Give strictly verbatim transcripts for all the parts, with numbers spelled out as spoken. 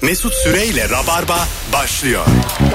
Mesut Süreyle Rabarba başlıyor.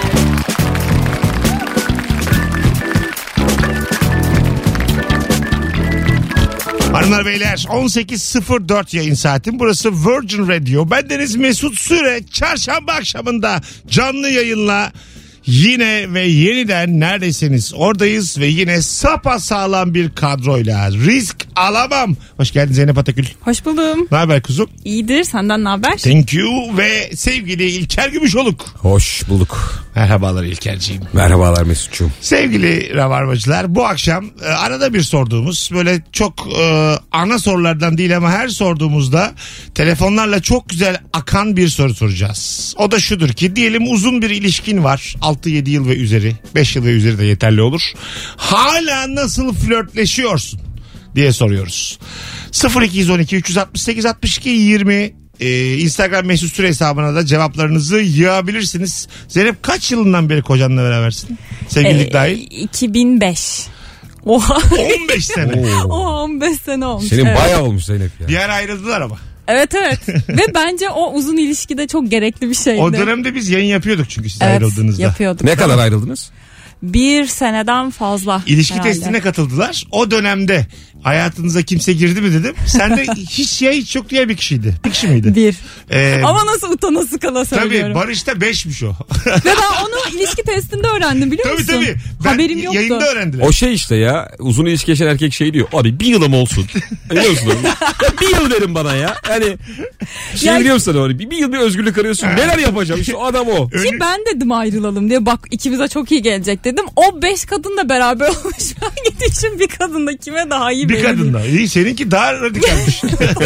Hanımlar beyler, on sekiz sıfır dört yayın saatim. Burası Virgin Radio. Bendeniz Mesut Süre. Çarşamba akşamında canlı yayınla yine ve yeniden neredeyseniz oradayız ve yine sapasağlam bir kadroyla. Risk alamam. Hoş geldin Zeynep Atakül. Hoş buldum. Ne haber kuzum? İyidir, senden ne haber? Thank you ve sevgili İlker Gümüşoluk. Hoş bulduk. Merhabalar İlkerciğim. Merhabalar Mesut'cum. Sevgili Rabarbacılar, bu akşam e, arada bir sorduğumuz, böyle çok e, ana sorulardan değil ama her sorduğumuzda telefonlarla çok güzel akan bir soru soracağız. O da şudur ki, diyelim uzun bir ilişkin var, altı yedi yıl ve üzeri, beş yıl ve üzeri de yeterli olur. Hala nasıl flörtleşiyorsun diye soruyoruz. sıfır iki on iki üç altı sekiz altmış iki yirmi Ee, Instagram Mesut Süre hesabına da cevaplarınızı yığabilirsiniz. Zeynep, kaç yılından beri kocanla berabersin? Sevgililik ee, dahil. iki bin beş. Oha. on beş sene. Oha, on beş sene olmuş. Senin evet. bayağı olmuş Zeynep ya. Bir ara ayrıldılar ama. Evet evet. Ve bence o uzun ilişkide çok gerekli bir şeydi. O dönemde biz yayın yapıyorduk çünkü siz evet, ayrıldığınızda. yapıyorduk. Ne kadar ayrıldınız? Bir seneden fazla. İlişki herhalde. testine katıldılar. O dönemde hayatınıza kimse girdi mi dedim. Sen de hiç ya hiç yok diye bir kişiydi. Bir kişi miydi? Bir. Ee, Ama nasıl utanası kala söylüyorum. Tabii Barış'ta beşmiş o. Ve ben onu ilişki testinde öğrendim, biliyor Tabii musun? tabii. Ben Haberim yoktu. Yayında öğrendiler. O şey işte ya, uzun ilişki yaşayan erkek şey diyor. Abi bir yılım olsun. Biliyor musun? Ya bir yıl verin bana ya. Yani şey Ya- biliyor musun hani bir, bir yıl bir özgürlük arıyorsun. Neler yapacağım? İşte o adam o. Ki ben dedim ayrılalım diye, bak ikimize çok iyi gelecek dedim. O beş kadınla beraber olmuş. Ben gidişim bir kadınla kime daha iyi Bir belli kadınla. değil. İyi, seninki daha radikalmiş.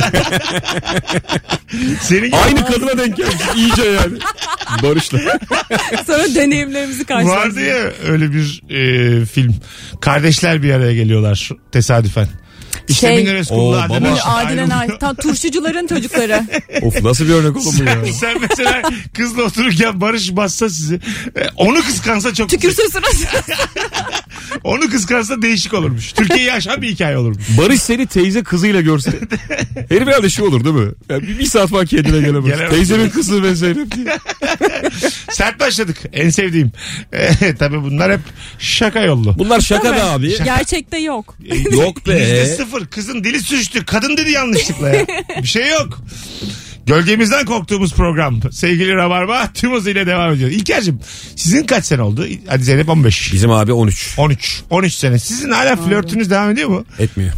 Seninki Aynı kadına denk gelmiş. İyice yani. Barış'la. Sonra deneyimlerimizi vardı karşılaştık. ya öyle bir e, film. Kardeşler bir araya geliyorlar tesadüfen. İşte Şey- Münir Özkul'la Oo, Adile baba. Naşit Adile ayrılıyor. Naşit. Tam turşucuların çocukları. Of, nasıl bir örnek oğlum bu ya. Sen, sen mesela kızla otururken Barış bassa sizi, e, onu kıskansa çok Tükürsün sırası. onu kıskansa değişik olurmuş. Türkiye'yi aşan bir hikaye olurmuş. Barış seni teyze kızıyla görse. Herif herhalde şey olur değil mi? Yani bir, bir saat falan kendine gelemez. Gelemez. Teyzemin kızı ve Zeynep diye. Sert başladık. En sevdiğim. E, tabii bunlar hep şaka yollu. Bunlar şaka be abi. Gerçekte yok. Yok be. Yüzde sıfır. Kızın dili sürçtü. Kadın dedi yanlışlıkla ya. Bir şey yok. Gölgemizden korktuğumuz program. Sevgili Rabarba tüm hızıyla devam ediyor. İlker'cim, sizin kaç sene oldu? Hadi Zeynep on beş. Bizim abi on üç. on üç. on üç sene. Sizin hala flörtünüz devam ediyor mu? Etmiyor.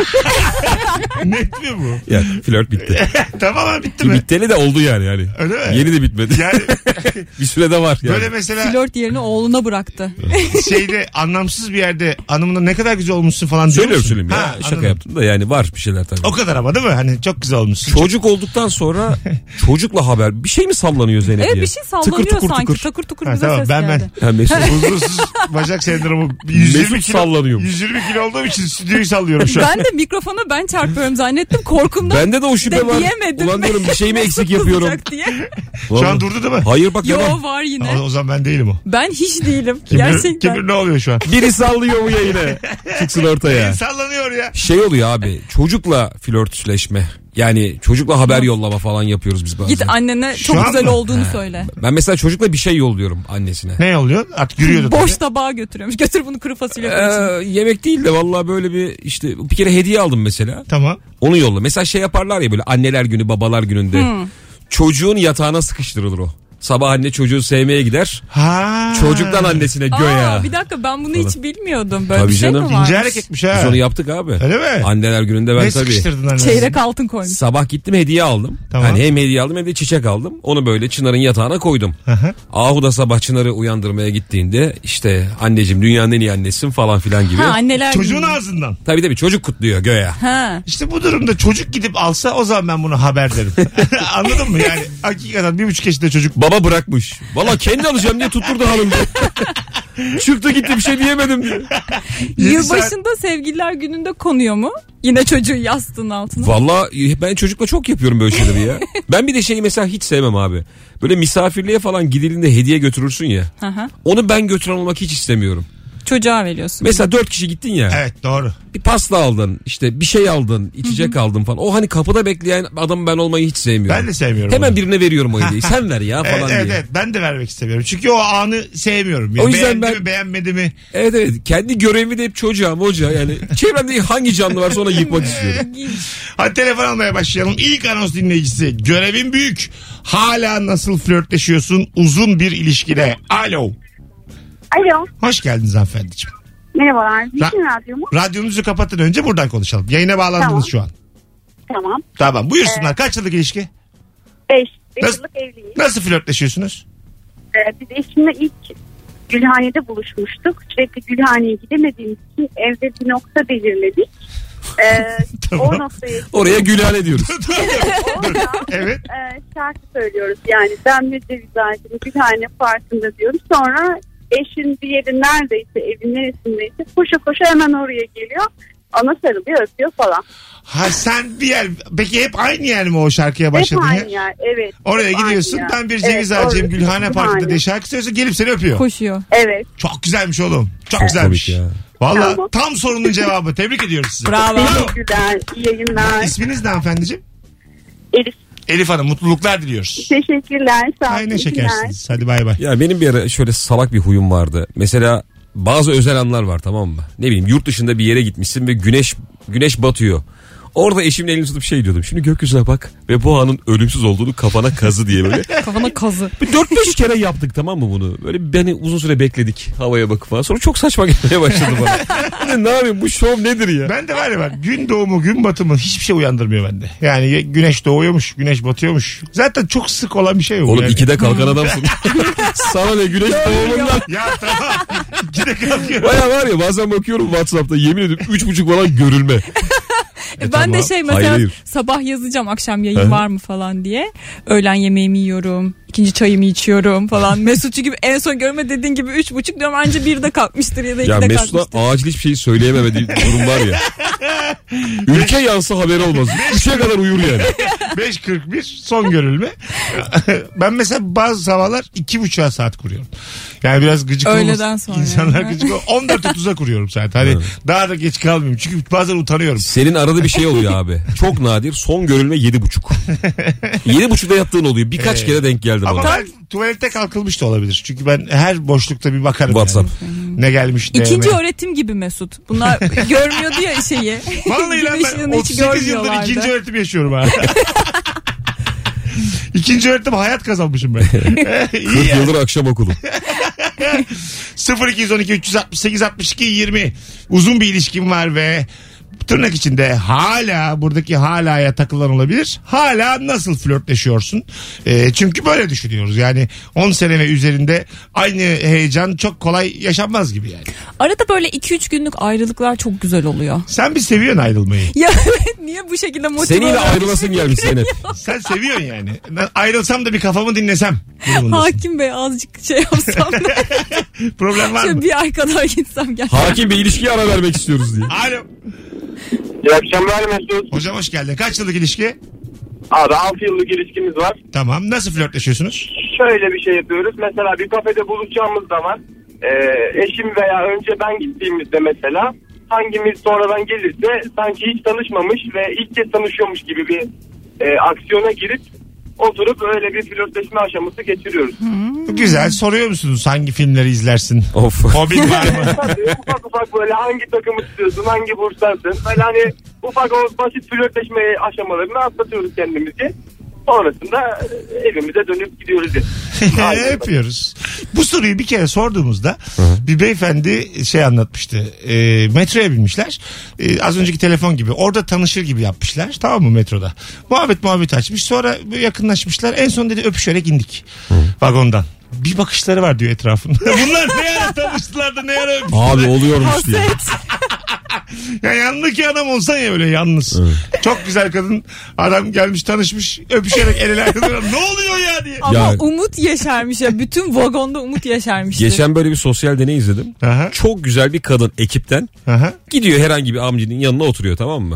Ne etmiyor mu? Ya flört bitti. Tamam abi, bitti mi? Bitteli de oldu yani. yani. Öyle mi? Yeni de bitmedi. Yani Bir sürede var yani. böyle mesela Flört yerini oğluna bıraktı. şeyde anlamsız bir yerde hanımına ne kadar güzel olmuşsun falan diyor Söylüyorum musun? söyleyeyim ya. Ha, Şaka anladım. yaptım da yani var bir şeyler tabii. O kadar ama değil mi? Hani çok güzel olmuşsun. Çocuk olduktan sonra çocukla haber. Bir şey mi sallanıyor Zeynep Evet, ya? bir şey sallanıyor Tıkır tıkır sanki. tıkır. Takır tukur Ha, bize tamam, ses ben- ben. geldi. Ha, Mesut. Huzursuz bacak sendromu. yüz yirmi Mesut kilo, sallanıyormuş. yüz yirmi kilo olduğum için stüdyoyu sallıyorum şu an. Ben de mikrofona ben çarpıyorum zannettim. Korkumdan Bende de o şüphe de var. diyemedim. Ulan diyorum bir şey mi eksik Mesut yapıyorum? kızacak diye. Şu an durdu değil mi? Hayır bak Yo, devam. var yine. O, o zaman ben değilim o. Ben hiç değilim. Kim bilir- Gerçekten. Kim bilir ne oluyor şu an? Biri sallıyor mu yayını? Çıksın ortaya. Sallanıyor ya. Şey oluyor abi, çocukla flörtleşme. Yani çocukla haber yollama falan yapıyoruz biz bazen. Git annene Şu çok an güzel mı? olduğunu söyle. Ben mesela çocukla bir şey yolluyorum annesine. Ne oluyor? Artık yürüyordu. Boş tabii. tabağa götürüyormuş. Götür bunu kuru fasulye Ee, koysun. yemek değil de vallahi böyle bir işte bir kere hediye aldım mesela. Tamam. Onu yolla. Mesela şey yaparlar ya böyle anneler günü babalar gününde. Çocuğun yatağına sıkıştırılır o. Sabah anne çocuğu sevmeye gider. Ha. Çocuktan annesine göya. Aa, bir dakika, ben bunu hiç bilmiyordum. Böyle Tabii bir şey canım. mi var? İnce hareketmiş ha. Biz onu yaptık abi. Öyle mi? Anneler gününde ben Ne tabii. sıkıştırdın annesi? Çeyrek altın koymuş. Sabah gittim hediye aldım. Tamam. Hani hem hediye aldım hem de çiçek aldım. Onu böyle Çınar'ın yatağına koydum. hı. Ahu da sabah Çınar'ı uyandırmaya gittiğinde işte anneciğim dünyanın en iyi annesin falan filan gibi. Ha, anneler Çocuğun günü. ağzından. Tabii tabii çocuk kutluyor göya. Ha. İşte bu durumda çocuk gidip alsa o zaman ben bunu haber derim. Anladın mı? Yani hakikaten bir buçuk yaşında çocuk. Baba bırakmış. Valla kendi alacağım diye tutturdu hanım diye. Çıktı gitti bir şey diyemedim diye. Yedi saat- Yılbaşında sevgililer gününde konuyor mu? Yine çocuğu yastığın altına. Valla ben çocukla çok yapıyorum böyle şeyleri ya. Ben bir de şeyi mesela hiç sevmem abi. Böyle misafirliğe falan gidildiğinde hediye götürürsün ya. Hı hı. Onu ben götüren olmak hiç istemiyorum. Çocuğa veriyorsun. Mesela dört kişi gittin ya. Evet doğru. Bir pasta aldın, işte bir şey aldın, içecek Hı-hı. aldın falan. O hani kapıda bekleyen adam ben olmayı hiç sevmiyorum. Ben de sevmiyorum. Hemen onu. birine veriyorum o hediyeyi. Sen ver ya falan evet, diye. Evet evet ben de vermek istemiyorum. Çünkü o anı sevmiyorum. Yani o yüzden beğendi ben... mi beğenmedi mi? Evet evet kendi görevimi de hep çocuğa hoca yani. Çevremde hangi canlı varsa ona yıkmak istiyorum. Hadi telefon almaya başlayalım. İlk anons dinleyicisi. Görevin büyük. Hala nasıl flörtleşiyorsun uzun bir ilişkide? Alo. Alo. Hoş geldiniz hanımefendiciğim. Merhabalar. Niçin Ra- radyo mu? Radyonuzu kapatın önce buradan konuşalım. Yayına bağlandınız Tamam. şu an. Tamam. Tamam buyursunlar. Ee, Kaç yıllık ilişki? Beş. Beş Nasıl- yıllık evliyiz. Nasıl flörtleşiyorsunuz? Ee, biz eşimle ilk Gülhane'de buluşmuştuk. Sürekli Gülhane'ye gidemediğimiz için evde bir nokta belirledik. Ee, Tamam. O noktaya Oraya Gülhane diyoruz. orada Evet. e, şarkı söylüyoruz. Yani ben ve ceviz ağacını Gülhane Parkı'nda diyoruz. Sonra eşin bir yeri neredeyse, evin neresindeyse koşa koşa hemen oraya geliyor. Ona sarılıyor, öpüyor falan. Ha sen bir yer. Peki hep aynı yer mi o şarkıya başladın Hep ya? aynı yer, evet. Oraya hep gidiyorsun. aynı Ben bir yer. ceviz Evet, ağacıyım orası Gülhane Parkı'nda Gülhane. diye şarkı söylüyorsun gelip seni öpüyor. Koşuyor. Evet. Çok güzelmiş oğlum. Çok güzelmiş. komik ya. Valla Tamam. tam sorunun cevabı. Tebrik ediyoruz sizi. Bravo. Teşekkürler. İyi yayınlar. İsminiz ne hanımefendiciğim? Elif. Elif Hanım mutluluklar diliyoruz. Teşekkürler. Sağ olun. Ay ne İyi şekersiniz. Hadi bay bay. Ya benim bir ara şöyle salak bir huyum vardı. Mesela bazı özel anlar var tamam mı? Ne bileyim yurt dışında bir yere gitmişsin ve güneş güneş batıyor. Orada eşimin elini tutup şey diyordum. Şimdi gökyüzüne bak ve bu anın ölümsüz olduğunu kafana kazı diye böyle. Kafana kazı. Bir dört beş kere yaptık tamam mı bunu? Böyle beni uzun süre bekledik havaya bakıp falan. Sonra çok saçma gelmeye başladı bana. Hani ne yapayım bu şov nedir ya? Ben de var ya bak gün doğumu gün batımı hiçbir şey uyandırmıyor bende. Yani güneş doğuyormuş güneş batıyormuş. Zaten çok sık olan bir şey yok. Oğlum yani. ikide kalkan adamsın. Sana ne güneş doğumundan. Ya tamam. İkide kalkıyorum. Baya var ya bazen bakıyorum WhatsApp'ta yemin ediyorum üç buçuk falan görülme. E ben tamam. de şey mesela Hayır, hayır. sabah yazacağım akşam yayın var mı falan diye. Öğlen yemeğimi yiyorum. İkinci çayımı içiyorum falan. Mesutçu gibi en son görme dediğin gibi üç buçuk diyorum anca birde kalkmıştır ya da Ya ikide Mesut'a kalkmıştır. acil hiçbir şey söyleyememediği durum var ya. Ülke yansa haberi olmaz. Üçe kadar uyur yani. beş kırk bir son görülme. Ben mesela bazı sabahlar iki buçuğa saat kuruyorum. Yani biraz gıcık Öğleden olmasın. sonra İnsanlar yani. gıcık ol. on dört otuza kuruyorum zaten. Hani daha da geç kalmayayım. Çünkü bazen utanıyorum. Senin arada bir şey oluyor abi. Çok nadir. Son görülme yedi buçuk. Yedi buçukta yattığın oluyor. Birkaç Ee, kere denk geldim Ama bana. ben tuvalete kalkılmış da olabilir. Çünkü ben her boşlukta bir bakarım. WhatsApp. Yani. Ne gelmiş ne İkinci yeme. öğretim gibi Mesut. Bunlar görmüyordu ya şeyi. Vallahi lan Gün ben ışığını hiç otuz sekiz yıldır görmüyorlardı. ikinci öğretim yaşıyorum ha. İkinci öğretim hayat kazanmışım ben. İyi kırk yani. yıldır akşam okulu. sıfır iki on iki üç altı sekiz altmış iki yirmi uzun bir ilişkim var ve tırnak içinde hala buradaki halaya takılan olabilir. Hala nasıl flörtleşiyorsun? E, çünkü böyle düşünüyoruz. Yani on sene ve üzerinde aynı heyecan çok kolay yaşanmaz gibi yani. Arada böyle iki üç günlük ayrılıklar çok güzel oluyor. Sen bir seviyorsun ayrılmayı. Ya evet niye bu şekilde motive Seninle oluyorsun? ayrılasın gelmiş Zeynep. Sen seviyorsun yani. Ben ayrılsam da bir kafamı dinlesem. durumundasın. Hakim Bey azıcık şey yapsam da Problem var mı? şöyle bir ay kadar gitsem gel. Hakim Bey ilişkiye ara vermek istiyoruz diye. Alo. İyi akşamlar Mesut. Hocam hoş geldin. Kaç yıllık ilişki? Abi altı yıllık ilişkimiz var. Tamam. Nasıl flörtleşiyorsunuz? Şöyle bir şey yapıyoruz. Mesela bir kafede buluşacağımız zaman e, eşim veya önce ben gittiğimizde mesela hangimiz sonradan gelirse sanki hiç tanışmamış ve ilk kez tanışıyormuş gibi bir e, aksiyona girip oturup öyle bir flörtleşme aşaması geçiriyoruz. Güzel. Soruyor musunuz hangi filmleri izlersin? Of. Hobin var mı? Tabii ufak ufak böyle hangi takımı tutuyorsun, hangi burçtansın. Böyle hani ufak o basit flörtleşme aşamalarını atlatıyoruz kendimizi. Sonrasında evimize dönüp gidiyoruz. Ne yapıyoruz? Bu soruyu bir kere sorduğumuzda bir beyefendi şey anlatmıştı. E, metroya binmişler. E, az önceki telefon gibi. Orada tanışır gibi yapmışlar. Tamam mı metroda? Muhabbet muhabbet açmış. Sonra yakınlaşmışlar. En son dedi öpüşerek indik. Vagondan. Bir bakışları var diyor etrafında. Bunlar ne ara tanıştılar da ne ara öpüştüler. Abi oluyormuş diye. Ya yanındaki adam olsan ya öyle yalnız. Evet. Çok güzel kadın adam gelmiş tanışmış öpüşerek el ele ayrılıyor. Ne oluyor ya diye. Ama Ya- umut yeşermiş ya. Bütün vagonda umut yeşermişti. Geçen böyle bir sosyal deney izledim. Aha. Çok güzel bir kadın ekipten Aha. gidiyor herhangi bir amcının yanına oturuyor tamam mı?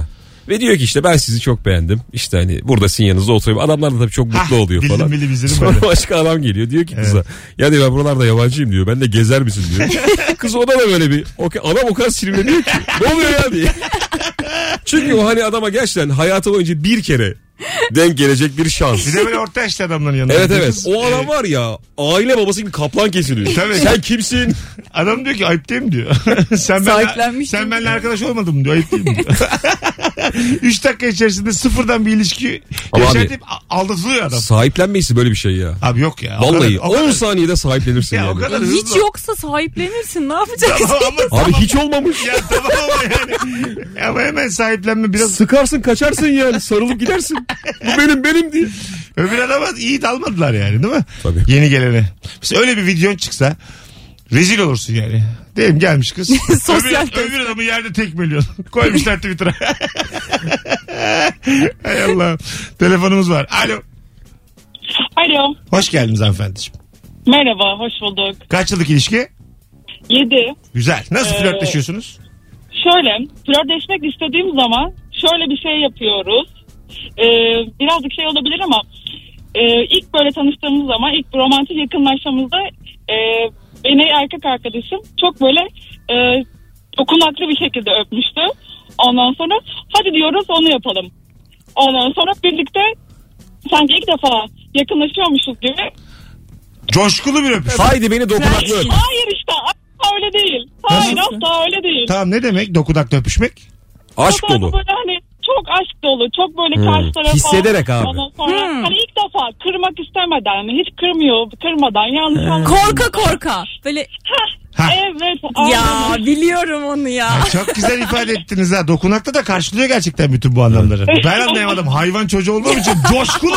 Ve diyor ki işte ben sizi çok beğendim. İşte hani burada sizin yanınızda oturuyorum. Adamlar da tabii çok mutlu Hah, oluyor bildim, falan. bildim, izledim Sonra böyle. başka adam geliyor diyor ki kıza. Ya diyor ben buralarda yabancıyım diyor. Ben de gezer misin diyor. Kız ona da böyle bir. Okay, adam o kadar sinirleniyor ki. Ne oluyor ya diye. Çünkü o hani adama gerçekten hayatı boyunca bir kere denk gelecek bir şans. Bir de böyle orta yaşlı adamların yanında. Evet evet. Kız, O adam var ya aile babası gibi kaplan kesiliyor. Tabii. Sen kimsin? Adam diyor ki ayıp değil mi diyor. sen benimle, Sahiplenmiş sen diyor. benimle arkadaş olmadın mı diyor. Ayıp değil mi diyor. Üç dakika içerisinde sıfırdan bir ilişki Ama yaşayıp aldatılıyor adam. Sahiplenmeyisi böyle bir şey ya. Abi yok ya. Vallahi O kadar, o on kadar, saniyede sahiplenirsin ya o yani. kadar Hiç hızlı. yoksa sahiplenirsin, ne yapacaksın? Tamam ama, Abi tamam. hiç olmamış. Ya tamam ama yani. Ama hemen sahiplenme biraz. Sıkarsın kaçarsın yani sarılıp gidersin. Bu benim benim diye. Öbür adama iyi dalmadılar yani değil mi? Tabii. Yeni gelene. Mesela öyle bir videon çıksa rezil olursun yani. Değil mi? Gelmiş kız. Sosyal öbür, öbür adamı yerde tekmeliyorsun. Koymuşlar Twitter'a. Hay Allah. Telefonumuz var. Alo. Alo. Hoş geldiniz hanımefendiciğim. Merhaba, hoş bulduk. Kaç yıllık ilişki? Yedi. Güzel. Nasıl Ee, flörtleşiyorsunuz? Şöyle, flörtleşmek istediğim zaman şöyle bir şey yapıyoruz. Ee, birazcık şey olabilir ama e, ilk böyle tanıştığımız zaman, ilk romantik yakınlaşmamızda e, beni erkek arkadaşım çok böyle e, dokunaklı bir şekilde öpmüştü. Ondan sonra hadi diyoruz onu yapalım. Ondan sonra birlikte sanki ilk defa yakınlaşıyormuşuz gibi. Coşkulu bir öpüş. Haydi beni dokunaklı öp. Hayır işte asla öyle değil. Hayır Nasıl? asla öyle değil. Tamam ne demek dokudakta öpüşmek? Aşk O tarafı dolu. Böyle hani çok aşk dolu. Çok böyle Hmm. karşı tarafa. Hissederek abi. Ondan sonra Hmm. hani ilk defa kırmak istemeden, hani hiç kırmıyor, kırmadan yanlış anlamadan. Korka korka. Böyle Ha. Evet. aynen. ya biliyorum onu ya. Ay, çok güzel ifade ettiniz ha. Dokunakta da karşılıyor gerçekten bütün bu anlamları. Ben anlayamadım. Hayvan çocuğu olmam için coşkulu.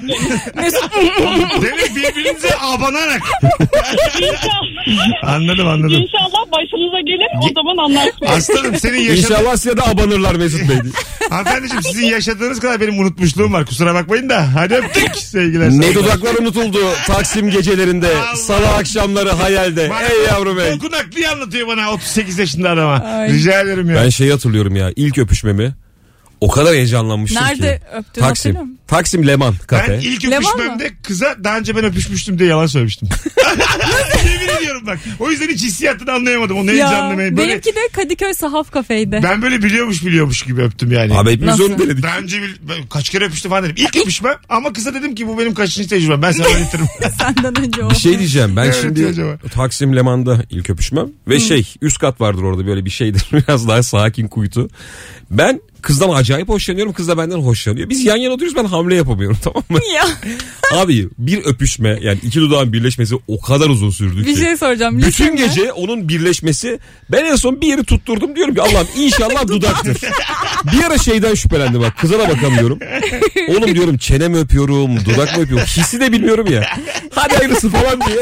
Demek birbirinize abanarak. İnşallah, Anladım anladım. İnşallah başınıza gelir o zaman anlarsınız. Aslanım senin yaşadığın... İnşallah Asya'da abanırlar Mesut Bey. Hanımefendiciğim sizin yaşadığınız kadar benim unutmuşluğum var. Kusura bakmayın da. Hadi öptük sevgiler. Ne saygılar. dudaklar unutuldu Taksim gecelerinde, Allah. salı akşamları hayalde. Bana Ey yavrum ey. Dokunaklıyı anlatıyor bana otuz sekiz yaşında adama. Ay. Rica ederim ya. Ben şeyi hatırlıyorum ya ilk öpüşmemi. O kadar heyecanlanmıştım ki. Nerede öptün Taksim. hatırlıyor musun? Taksim Leman Ben kafe. ilk Levan öpüşmemde kıza daha önce ben öpüşmüştüm diye yalan söylemiştim. Yemin ediyorum bak. O yüzden hiç hissiyatını anlayamadım. O ne heyecanlı Ya, böyle. benimki de Kadıköy Sahaf Kafe'ydi. Ben böyle biliyormuş biliyormuş gibi öptüm yani. Abi hepimiz Nasıl? onu denedik. Daha önce bil- ben kaç kere öpüştüm falan dedim. İlk öpüşmem ama kıza dedim ki bu benim kaçıncı tecrübem. Ben sana öğretirim. Senden önce o. Bir şey diyeceğim ben Evet, şimdi acaba. Taksim Leman'da ilk öpüşmem ve şey üst kat vardır orada böyle bir şeydir biraz daha sakin kuytu. Ben kızdan acayip hoşlanıyorum, kız da benden hoşlanıyor. Biz yan yana oturuyoruz, ben hamle yapamıyorum, tamam mı? Ya Abi bir öpüşme yani iki dudağın birleşmesi o kadar uzun sürdü bir ki. şey soracağım. Lise Bütün mi? gece onun birleşmesi, ben en son bir yeri tutturdum, diyorum ki Allah'ım inşallah dudaktır. Bir ara şeyden şüphelendim, bak kıza da bakamıyorum. Oğlum diyorum çene mi öpüyorum, dudak mı öpüyorum, hissi de bilmiyorum ya. Hadi hayırlısı falan diye.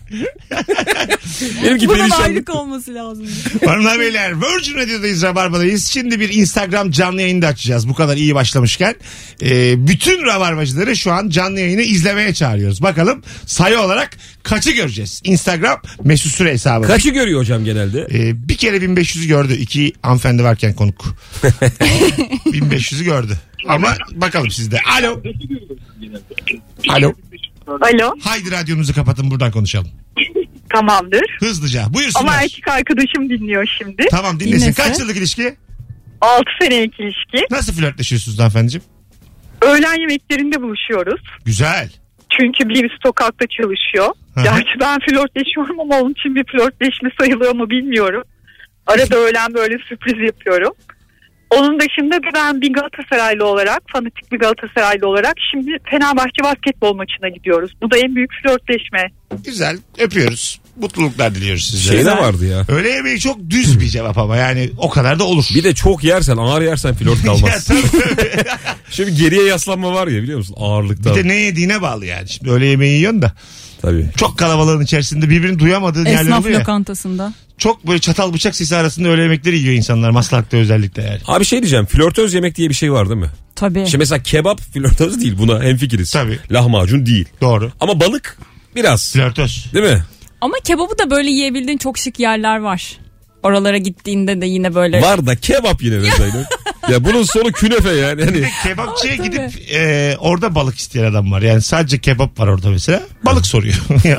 Benimki Bunun perişanlık. aylık olması lazım. Hanımlar beyler Virgin Radio'dayız, Rabarba'dayız. Şimdi bir Instagram canlı yayını da açacağız. Bu kadar iyi başlamışken. Ee, bütün Rabarbacıları şu an canlı yayını izlemeye çağırıyoruz. Bakalım sayı olarak kaçı göreceğiz? Instagram Mesut Süre hesabı. Kaçı görüyor hocam genelde? Ee, bir kere bin beş yüzü gördü. İki hanımefendi varken konuk. bin beş yüzü gördü. Ama bakalım sizde. Alo. Alo. Alo, Haydi radyonuzu kapatın, buradan konuşalım. tamamdır. Hızlıca. Buyursunlar. Ama erkek arkadaşım dinliyor şimdi. Tamam dinlesin. Dinlesin. Kaç yıllık ilişki? altı senelik ilişki. Nasıl flörtleşiyorsunuz hanımefendiciğim? Öğlen yemeklerinde buluşuyoruz. Güzel. Çünkü birisi sokakta çalışıyor. Hı hı. Gerçi ben flörtleşiyorum ama onun için bir flörtleşme sayılıyor mu bilmiyorum. Arada öğlen böyle sürpriz yapıyorum. Onun dışında da ben bir Galatasaraylı olarak, fanatik bir Galatasaraylı olarak şimdi Fenerbahçe basketbol maçına gidiyoruz. Bu da en büyük flörtleşme. Güzel. Öpüyoruz. Mutluluklar diliyoruz size. Şey de vardı ya. Öğle yemeği çok düz bir cevap ama yani o kadar da olur. Bir de çok yersen, ağır yersen flört Ya kalmaz. tabii, tabii. Şimdi geriye yaslanma var ya, biliyor musun? Ağırlıktan. Bir de ne yediğine bağlı yani. Şimdi öğle yemeği yiyorsun da Tabii. çok kalabalığın içerisinde birbirini duyamadığın yerler Esnaf oluyor ya. lokantasında. Çok böyle çatal bıçak sesi arasında öğle yemekleri yiyor insanlar. Maslak'ta özellikle yani. Abi şey diyeceğim, flörtöz yemek diye bir şey var değil mi? Tabii. İşte mesela kebap flörtöz değil, buna hemfikiriz. Tabii. Lahmacun değil. Doğru. Ama balık biraz. Flörtöz. Değil mi? Ama kebabı da böyle yiyebildiğin çok şık yerler var. Oralara gittiğinde de yine böyle. Var da kebap yine mesela. Ya bunun sonu künefe yani. Bir Hani de kebapçıya Aa, tabii. gidip e, orada balık isteyen adam var. Yani sadece kebap var orada mesela. Balık soruyor.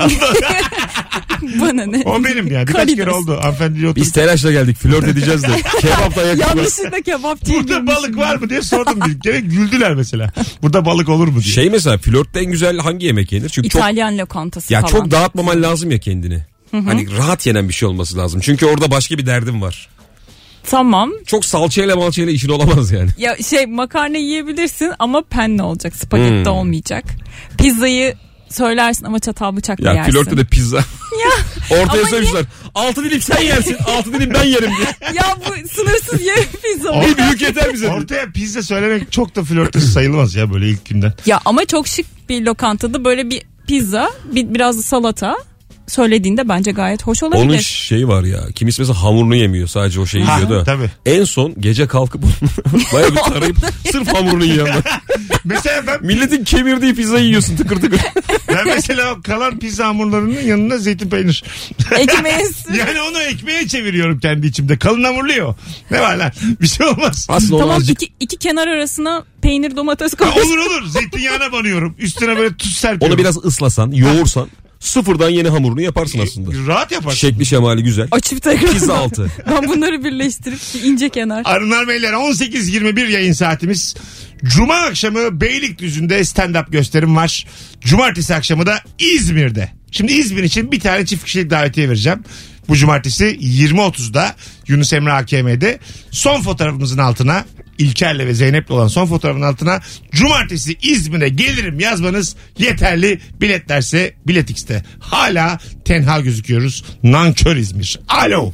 Bana ne? O benim yani. Birkaç kere Karides. oldu. Hanımefendiyle oturduk. biz telaşla geldik flört edeceğiz de. Kebaptan yakın. Yanlışlıkla kebapçıya Burada girmişim. balık var mı diye sordum bir kere. Güldüler mesela. Burada balık olur mu diye. Şey mesela flörtte en güzel hangi yemek yenir? Çünkü çok İtalyan lokantası ya falan. çok dağıtmaman lazım ya kendini. Hani rahat yenen bir şey olması lazım. Çünkü orada başka bir derdim var. Tamam. Çok salçayla malçayla işin olamaz yani. Ya şey makarna yiyebilirsin ama penne olacak. Spagetti Hmm. olmayacak. Pizzayı söylersin ama çatal bıçakla Ya yersin. flörtte de pizza. Ya, Ortaya ama söylemişler. Altı dilim sen yersin. Altı dilim ben yerim diye. ya bu sınırsız yerim pizza. O- Bir büyük yeter bize. Ortaya pizza söylemek çok da flörtesi sayılmaz ya böyle ilk günden. Ya ama çok şık bir lokantada böyle bir pizza, bir, biraz da salata söylediğinde bence gayet hoş olabilir. Onun şeyi var ya. Kimisi mesela hamurunu yemiyor. Sadece o şeyi Ha, yiyor da. tabii. En son gece kalkıp bayağı bir tarayıp sırf hamurunu yiyen var. Mesela ben, Milletin kemirdiği pizzayı yiyorsun tıkır tıkır. ben mesela o kalan pizza hamurlarının yanına zeytin peynir. Ekmeğiz. Yani onu ekmeğe çeviriyorum kendi içimde. Kalın hamurluyor. Ne var lan? Bir şey olmaz. Aslında onu Tamam azıcık iki, iki kenar arasına peynir domates koy. Ha, olur olur. Zeytinyağına banıyorum. Üstüne böyle tuz serpiyorum. onu biraz ıslasan, yoğursan sıfırdan yeni hamurunu yaparsın aslında. Rahat yaparsın. Şekli şemali güzel. Açıp tekrar. Pizza altı. Ben bunları birleştirip bir ince kenar. Arınar Beyler on sekiz yirmi bir yayın saatimiz. Cuma akşamı Beylikdüzü'nde stand-up gösterim var. Cumartesi akşamı da İzmir'de. Şimdi İzmir için bir tane çift kişilik davetiye vereceğim. Bu cumartesi yirmi otuzda Yunus Emre A K M'de son fotoğrafımızın altına İlker'le ve Zeynep'le olan son fotoğrafın altına cumartesi İzmir'e gelirim yazmanız yeterli. Biletlerse Bilet X'te. Hala tenha gözüküyoruz. Nankör İzmir. Alo.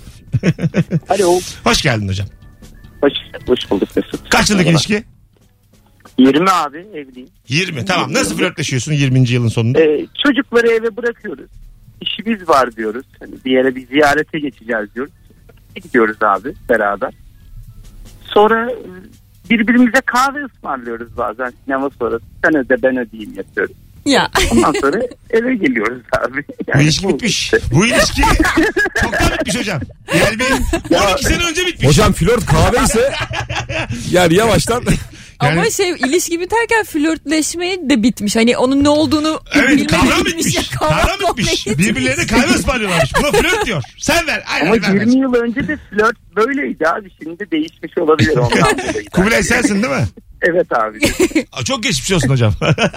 Alo. Hoş geldin hocam. Hoş, hoş bulduk Mesut. Kaç yıllık ilişki? yirmi abi, evliyim. yirmi tamam. Nasıl flörtleşiyorsun yirminci yılın sonunda? Ee, çocukları eve bırakıyoruz. İşimiz var diyoruz. Hani bir yere bir ziyarete geçeceğiz diyoruz. Gidiyoruz abi beraber. Sonra e, birbirimize kahve ısmarlıyoruz bazen. Sinema sonrası. Sen öde ben ödeyeyim yapıyoruz. Ya. Ondan sonra eve geliyoruz abi. Bu Yani ilişki bitmiş. işte. Bu ilişki çoktan bitmiş hocam. Yani bir on iki sene önce bitmiş. Hocam flört kahve ise yani yavaştan Yani- Ama şey ilişki biterken flörtleşmeye de bitmiş. Hani onun ne olduğunu Evet bilmek kavram bitmiş. bitmiş. Ya, Kavram komple bitmiş. gitmiş. Birbirlerine kahve ısmarlıyorlarmış. Buna flört diyor. Sen ver. Aynen Ama ver. yirmi yıl önce de flört böyleydi abi. Şimdi değişmiş olabilir ondan dolayı. Kubilay sensin değil mi? Evet abi. Aa, çok geçmiş olsun hocam.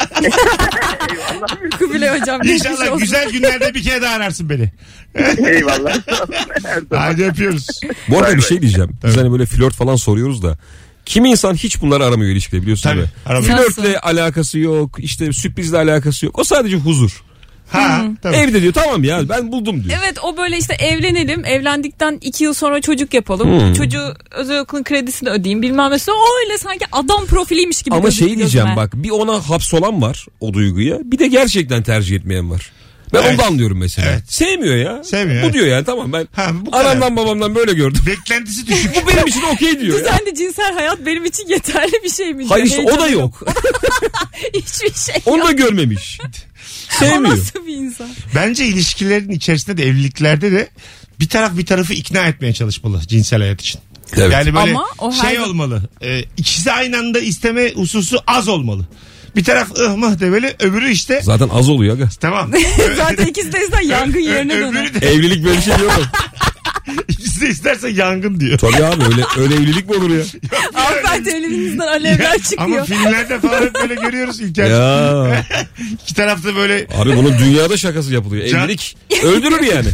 Eyvallah. Kubilay hocam. geçmiş İnşallah olsun. güzel günlerde bir kere daha ararsın beni. Eyvallah. Her zaman. Hadi öpüyoruz. bu arada bir şey diyeceğim. Biz hani böyle flört falan soruyoruz da kimi insan hiç bunları aramıyor ilişkide biliyorsun Tabii, değil mi? aramıyor. Flörtle alakası yok, işte sürprizle alakası yok. O sadece huzur. Ha, tabii. Evde diyor tamam ya ben buldum diyor. Evet o böyle işte evlenelim. Evlendikten iki yıl sonra çocuk yapalım. Hmm. Çocuğu özel okulun kredisini ödeyeyim bilmem ne. O öyle sanki adam profiliymiş gibi Ama gözüküyor şey diyeceğim gözüme. bak bir ona hapsolan var o duyguya bir de gerçekten tercih etmeyen var. Ben Evet. onu da anlıyorum mesela. Evet. Sevmiyor ya. Sevmiyor, Bu evet. diyor yani tamam ben Ha, bu kadar. anamdan babamdan böyle gördüm. Beklentisi düşük. Bu benim için okey diyor ya. Düzenli cinsel hayat benim için yeterli bir şey mi? Hayır diyor. işte o da Heyecanı yok. Hiçbir şey Onu yok. da görmemiş. O Sevmiyor. nasıl bir insan? Bence ilişkilerin içerisinde de evliliklerde de bir taraf bir tarafı ikna etmeye çalışmalı cinsel hayat için. Evet. Yani böyle Ama o her şey zaman- olmalı. E, ikisi aynı anda isteme hususu az olmalı. Bir taraf ıh mıh demeli, öbürü işte Zaten az oluyor aga. tamam. Zaten ikisi de ister yangın yerine Ö- döner. öbürü de Evlilik böyle bir şey yok. ikisi de isterse yangın diyor. Tabii abi öyle öyle evlilik mi olur ya? Hanımefendi evinizden alevler Ama çıkıyor. filmlerde falan hep böyle görüyoruz İlker. Ya. İki tarafta böyle Abi bunun dünyada şakası yapılıyor. Can- Evlilik öldürür yani.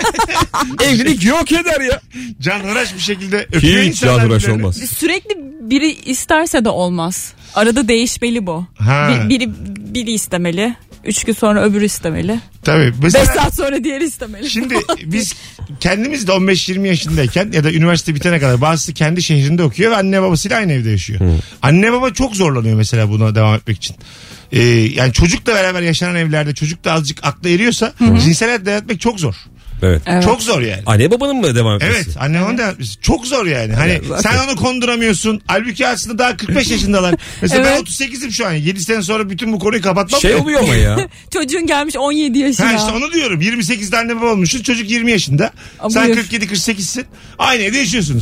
Evlilik yok eder ya. canhıraş bir şekilde öpüyor Hiç insanlar canhıraş birbirlerini. olmaz. Sürekli biri isterse de olmaz. Arada değişmeli bu. Ha. Bir- biri biri istemeli. Üç gün sonra öbürü istemeli. Tabii. Beş Mesela saat sonra diğeri istemeli. şimdi biz kendimiz de on beş yirmi yaşındayken ya da üniversite bitene kadar bazısı kendi şehrinde okuyor ve anne babasıyla aynı evde yaşıyor. Anne baba çok zorlanıyor mesela buna devam etmek için. Ee, yani çocukla beraber yaşanan evlerde çocuk da azıcık akla eriyorsa cinsel hayat devam etmek çok zor. Evet. Evet. Çok zor yani. Anne babanın mı devam etmesi? Evet anne babanın devam etmesi. Çok zor yani. Hani zaten. sen onu konduramıyorsun. Halbuki aslında daha kırk beş yaşındalar. Mesela ben Evet. otuz sekizim şu an. yedi sene sonra bütün bu konuyu kapatmam. Şey oluyor ama ya. Çocuğun gelmiş on yedi yaşına. Ha işte onu diyorum. yirmi sekizde anne baba olmuşsun. Çocuk yirmi yaşında. Ama Sen buyur. kırk yedi kırk sekizsin. Aynı evde yaşıyorsunuz.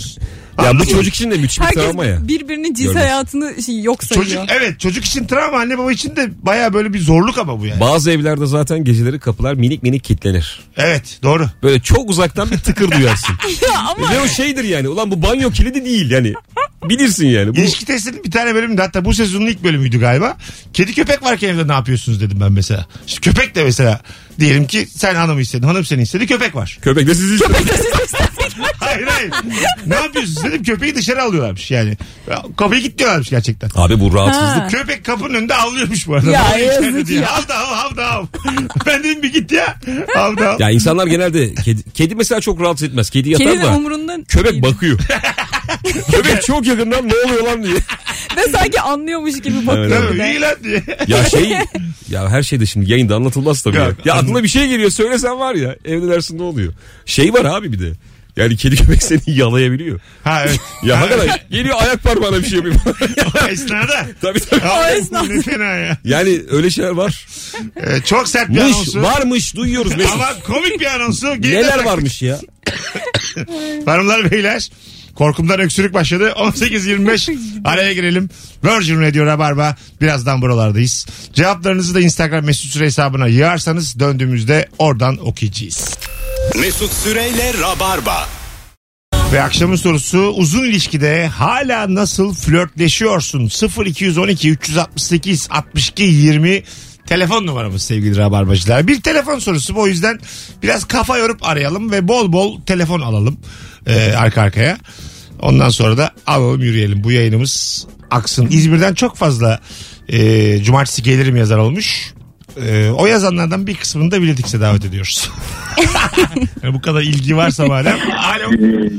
Ya bu Anladın mı? çocuk için de müthiş bir Herkes travma ya. birbirinin cins Görmez. hayatını şey yok sayıyor. Çocuk evet çocuk için travma, anne baba için de baya böyle bir zorluk ama bu yani. Bazı evlerde zaten geceleri kapılar minik minik kilitlenir. Evet doğru. Böyle çok uzaktan bir tıkır duyarsın. Ya ama Ve o şeydir yani. Ulan bu banyo kilidi değil yani. Bilirsin yani. Bu... İlişki testinin bir tane bölümünde, hatta bu sezonun ilk bölümüydü galiba. Kedi köpek varken evde ne yapıyorsunuz dedim ben mesela. Şimdi köpek de mesela diyelim ki sen hanımı istedin, hanım seni istedi, köpek var. Köpek de sizi istiyor. Hayır hayır. Ne yapıyorsunuz dedim, köpeği dışarı alıyorlarmış yani. Kapıyı kilitliyorlarmış gerçekten. Abi bu rahatsızlık. Ha. Köpek kapının önünde avlıyormuş bu arada. Ya Baba içeride yazık diye. ya. Hav da hav, hav da hav. Ben dedim bir git ya. Hav da hav. Ya insanlar genelde kedi, kedi mesela çok rahatsız etmez. Kedi yatar kedinin da umurunda köpek değil. bakıyor. Köpek çok yakından ne oluyor lan diye. Ve sanki anlıyormuş gibi bakıyor. Evet, bir de. İyi lan diye. Ya şey ya her şey de şimdi yayında anlatılmaz tabii. Ya, Yok, ya aklına anladım. bir şey geliyor söylesen var ya evde dersin ne oluyor. Şey var abi bir de. Yani kedi köpek seni yalayabiliyor. Ha evet. Ya hakikaten geliyor ayak parmağına bir şey yapıyor. O esnada. Tabii tabii. Abi, esnada. bu ne fena ya. Yani öyle şeyler var. Ee, çok sert bir Mış, anonsu. varmış duyuyoruz. Mesut. Ama komik bir anonsu. Geride Neler bıraktık. varmış ya. Hanımlar beyler, korkumdan öksürük başladı. on sekiz yirmi beş araya girelim. Virgin Radio Rabarba, birazdan buralardayız. Cevaplarınızı da Instagram Mesut Süre hesabına yığarsanız döndüğümüzde oradan okuyacağız. Mesut Süreyle Rabarba. Ve akşamın sorusu, uzun ilişkide hala nasıl flörtleşiyorsun? sıfır iki on iki üç altı sekiz altmış iki yirmi telefon numaramız sevgili Rabarbacılar. Bir telefon sorusu bu, o yüzden biraz kafa yorup arayalım ve bol bol telefon alalım ee, arka arkaya. Ondan sonra da alalım yürüyelim, bu yayınımız aksın. İzmir'den çok fazla e, cumartesi gelirim yazar olmuş. E, o yazanlardan bir kısmını da Biletix'e davet ediyoruz. Yani bu kadar ilgi varsa madem. Alo.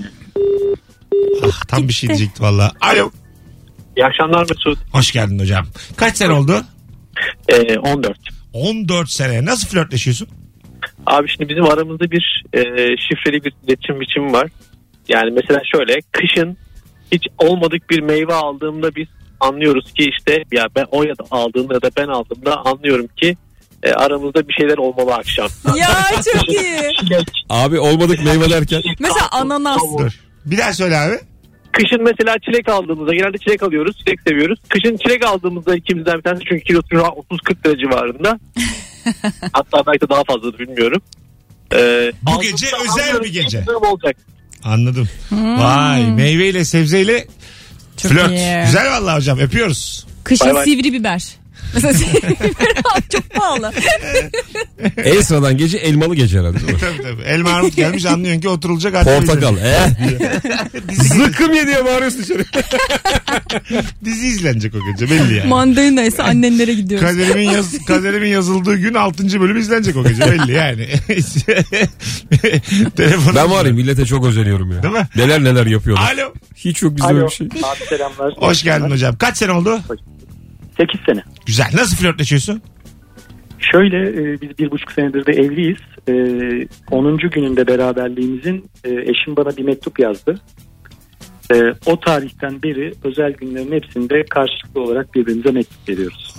Ah, tam bir şey diyecektim valla. Alo. İyi akşamlar Mesut. Hoş geldin hocam. Kaç sene oldu? Ee, on dört. on dört sene. Nasıl flörtleşiyorsun? Abi şimdi bizim aramızda bir e, şifreli bir iletişim biçimi var. Yani mesela şöyle, kışın hiç olmadık bir meyve aldığımda biz anlıyoruz ki işte ya ben o ya da aldığımda ya da ben aldığımda anlıyorum ki e, aramızda bir şeyler olmalı akşam. Ya çok iyi. Çilek, Abi olmadık meyve derken. Mesela karpuz, ananas. kavun. Dur. Bir daha söyle abi. Kışın mesela çilek aldığımızda, genelde çilek alıyoruz, çilek seviyoruz. Kışın çilek aldığımızda ikimizden bir tanesi, çünkü kilosu otuz kırk lira civarında. Hatta belki de daha fazladır, bilmiyorum. Ee, Bu aldığımda gece özel anlıyorum bir ki gece. durum olacak. Anladım. Vay, meyveyle sebzeyle Çok flört. iyi. Güzel vallahi hocam, öpüyoruz. Kışın Bay bay. sivri biber. Mesela sivri biber çok pahalı. En sıradan gece elmalı gece herhalde değil mi? Tabii tabii. Elma armut gelmiş, anlıyorsun ki oturulacak. hadi Portakal. Eh. Dizi, Zıkkım ye diye bağırıyorsun dışarı. dizi izlenecek o gece belli yani. Mandalina ise annenlere gidiyoruz. Kaderimin, yaz, kaderimin yazıldığı gün altıncı bölüm izlenecek o gece belli yani. Telefonum Ben var ya millete çok özeniyorum ya. Değil mi? Neler neler yapıyorlar. Alo. Hiç yok bizde öyle Alo. bir şey. Abi selamlar. Hoş geldin hocam. Kaç sene oldu? sekiz sene. Güzel. Nasıl flörtleşiyorsun? Şöyle e, biz bir buçuk senedir de evliyiz. E, onuncu gününde beraberliğimizin e, eşim bana bir mektup yazdı. E, o tarihten beri özel günlerin hepsinde karşılıklı olarak birbirimize mektup veriyoruz.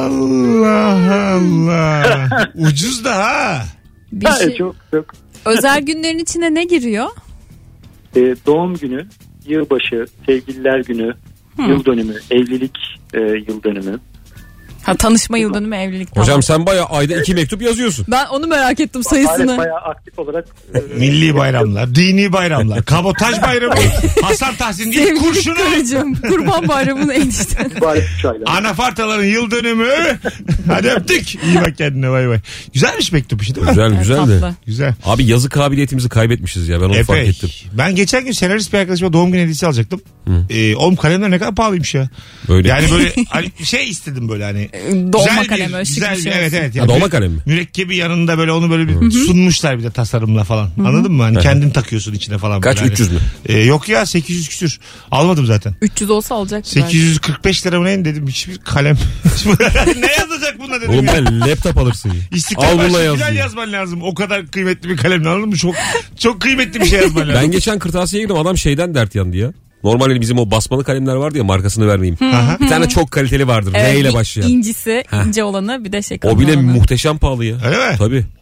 Allah Allah. Ucuz da ha. Bir Ha, şey, çok çok. özel günlerin içine ne giriyor? E, doğum günü, yılbaşı, sevgililer günü, yıl dönümü, evlilik e, yıl dönümü. Ha, tanışma yıl dönümü, evlilik. Hocam tamam. sen bayağı ayda iki mektup yazıyorsun. Ben onu merak ettim, Bayağı, sayısını. bayağı aktif olarak. E, Milli bayramlar, dini bayramlar, kabotaj bayramı, Hasan Tahsin'in ilk Sevgili kurşunu, karıcığım, Kurban Bayramı'nın enişten. mübarek üç aylar. anafartaların yıl dönümü. Hadi öptük. İyi bak kendine, bay bay. Güzelmiş mektup işi değil mi? Güzel güzel de. Tatlı. Güzel. Abi yazı kabiliyetimizi kaybetmişiz ya ben onu fark Epey. ettim. Ben geçen gün senarist bir arkadaşıma doğum günü hediyesi alacaktım. Ee, oğlum kalemler ne kadar pahalıymış ya. Böyle. Yani böyle hani şey istedim böyle hani. Dolma güzel kalemi, bir, şık güzel bir bir, şey evet olsun. evet. Ha, dolma kalem mi? Mürekkebi yanında böyle onu böyle bir sunmuşlar bir de tasarımla falan. Anladın mı? Hani Evet. kendin takıyorsun içine falan. Kaç, böyle hani. üç yüz mü? Ee, yok ya, sekiz yüz küsür. Almadım zaten. üç yüz olsa alacaktı. sekiz yüz kırk beş lira mı ne dedim, hiçbir kalem. Ne yazacak buna dedim Oğlum ya. ben laptop alırsın ya. İstiklal Al bununla Marşı yaz falan diye. yazman lazım. O kadar kıymetli bir kalemle, anladın mı? Çok çok kıymetli bir şey yazman lazım. Ben geçen kırtasiyeye girdim adam şeyden dert yandı ya. Normalde bizim o basmalı kalemler vardı ya, markasını vermeyeyim. Aha. Bir tane çok kaliteli vardır. Evet, R ile bir başlayan. incisi, Heh. ince olanı, bir de şey O bile kalın olanı. muhteşem pahalı ya. Öyle mi? Tabii.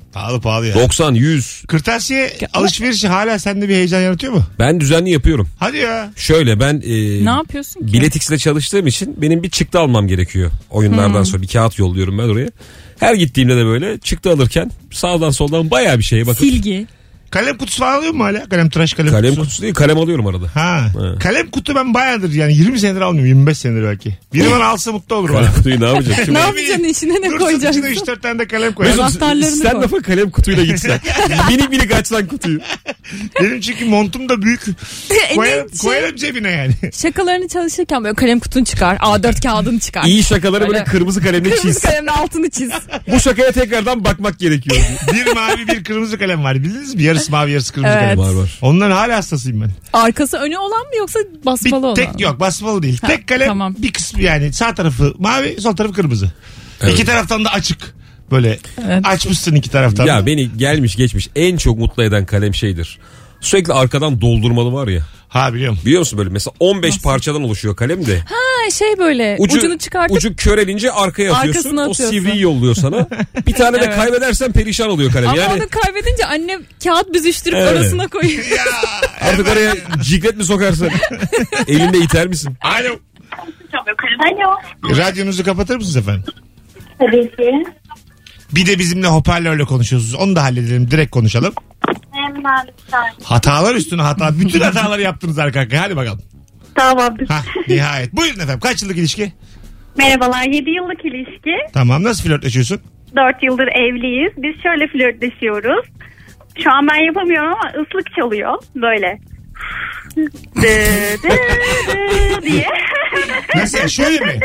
Pahalı pahalı ya. doksan yüz. Kırtasiye alışverişi hala sende bir heyecan yaratıyor mu? Ben düzenli yapıyorum. Hadi ya. Şöyle ben e, Ne yapıyorsun ki? Biletix'le çalıştığım için benim bir çıktı almam gerekiyor. Oyunlardan Hmm. sonra bir kağıt yolluyorum ben oraya. Her gittiğimde de böyle çıktı alırken sağdan soldan bayağı bir şeye bakıp. Silgi. Kalem kutusu falan alıyor mu hala? Kalem tıraş kalem, Kalem kutusu. kutusu değil, kalem alıyorum arada. Ha. Evet. Kalem kutu ben bayağıdır yani yirmi senedir almıyorum. yirmi beş senedir belki. Biri bana alsa mutlu olur bana. Kalem kutuyu ne yapacağım? Ne Şimdi yapacaksın, içine ne Dursun koyacaksın? içine üç dört tane de kalem koyarım. Mesut- Anahtarlarını sen koy. lafa kalem kutuyla gitsen. minik minik açsan kutuyu. Benim çünkü montum da büyük. Koyarım, şey- koyarım cebine yani. Şakalarını çalışırken böyle kalem kutunu çıkar. A dört kağıdını çıkar. İyi şakaları böyle Öyle. kırmızı kalemle Kırmızı çiz. kalemle altını çiz. Bu şakaya tekrardan bakmak gerekiyor. Bir mavi bir kırmızı kalem var. Bildiniz mi? Yarısı mavi yarısı kırmızı Evet. kalem. Var var. Onların hala hastasıyım ben. Arkası önü olan mı yoksa basmalı Bir, olan tek mı? yok basmalı değil. Ha, tek kalem tamam. bir kısmı yani sağ tarafı mavi sol tarafı kırmızı. Evet. İki taraftan da açık. Böyle Evet. açmışsın iki taraftan. Ya beni gelmiş geçmiş en çok mutlu eden kalem şeydir. Sürekli arkadan doldurmalı var ya. Ha biliyorum. Biliyor musun böyle mesela on beş parçadan oluşuyor kalem de. Ha şey böyle Ucu, ucunu çıkartıp ucu körelince arkaya atıyorsun. Arkasına O atıyorsun. sivriyi yolluyor sana. Bir tane de Evet. kaybedersen perişan oluyor kalem. ama Yani onu kaybedince annem kağıt büzüştürüp Evet. arasına koyuyor. Ya, artık araya ciklet mi sokarsın? Elinde iter misin? alo. Alo. Radyonuzu kapatır mısınız efendim? Tabii ki. Bir de bizimle hoparlörle konuşuyorsunuz. Onu da halledelim. Direkt konuşalım. Hemen bir saniye. Hatalar üstüne hata. Bütün hataları yaptınız arka arkaya. Hadi bakalım. Tamamdır. Hah, nihayet. Buyurun efendim. Kaç yıllık ilişki? Merhabalar, yedi yıllık ilişki. Tamam. Nasıl flörtleşiyorsun? dört yıldır evliyiz. Biz şöyle flörtleşiyoruz. Şu an ben yapamıyorum ama ıslık çalıyor. Böyle. Dı dı dı diye. Nasıl? Şöyle mi?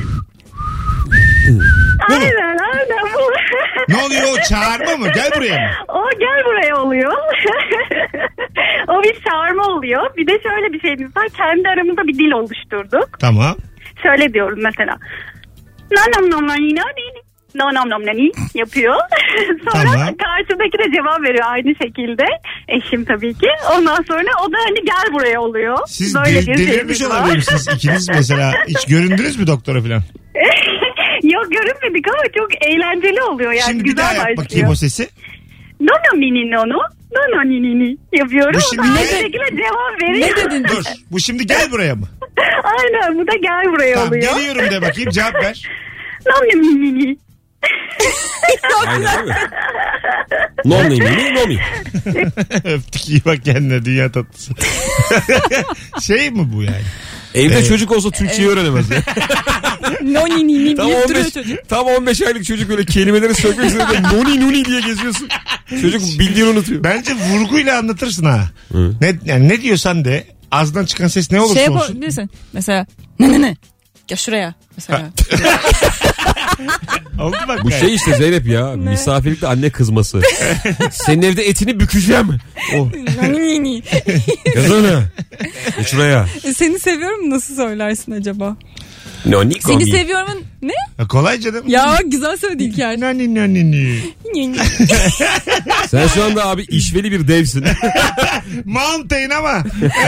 Aynen aynen bu. Ne oluyor o? Çağırma mı? Gel buraya mı? O gel buraya oluyor. O bir çağırma oluyor. Bir de şöyle bir şeyimiz var. Kendi aramızda bir dil oluşturduk. Tamam. Şöyle diyoruz mesela. Nam nam nam nam nam nam nam nam nam yapıyor. Sonra Tamam. karşıdaki de cevap veriyor aynı şekilde. Eşim tabii ki. Ondan sonra o da hani gel buraya oluyor. Siz Böyle del- bir delirmiş şeyimiz var. olabilir misiniz ikiniz mesela? Hiç göründünüz mü doktora falan? Yok görünmedik ama çok eğlenceli oluyor yani. Şimdi bir güzel daha yap başlıyor. bakayım o sesi. No no ni ni no no. No no ni ni ni yapıyorum. Bu şimdi O da ne aynı de- şekilde cevap veriyor. Ne dedin? Dur. Bu şimdi gel buraya mı? Aynen bu da gel buraya Tamam oluyor. geliyorum de bakayım cevap ver. No no ni ni ni. Aynen değil mi? Non mi no mi. Öptük iyi bak kendine dünya tatlısı. Şey mi bu yani? Evde Evet. çocuk olsa Türkçeyi öğrenemez ya. No ni ni ni Tam deyip on duruyor beş, çocuk. tam on beş aylık çocuk öyle kelimeleri sökmek üzere noni nuni diye geziyorsun. Çocuk bildiğini unutuyor. Bence vurguyla anlatırsın ha. Hı. Ne, yani ne diyorsan de ağzından çıkan ses ne olursa Şey olsun. yapabilirsin. Mesela ne ne ne. Gel şuraya. Mesela. Oldu bak. Bu gayet. şey işte Zeynep ya misafirlikte anne kızması. Senin evde etini bükeceğim. O. Ni ni. Yazana. E şuraya. Seni seviyorum nasıl söylersin acaba? Noni Seni komi. seviyorum ne? Ya kolay canım. Ya güzel söyledi İlker. Nani nani ni. Sen şu anda abi işveli bir devsin. Mountain ama.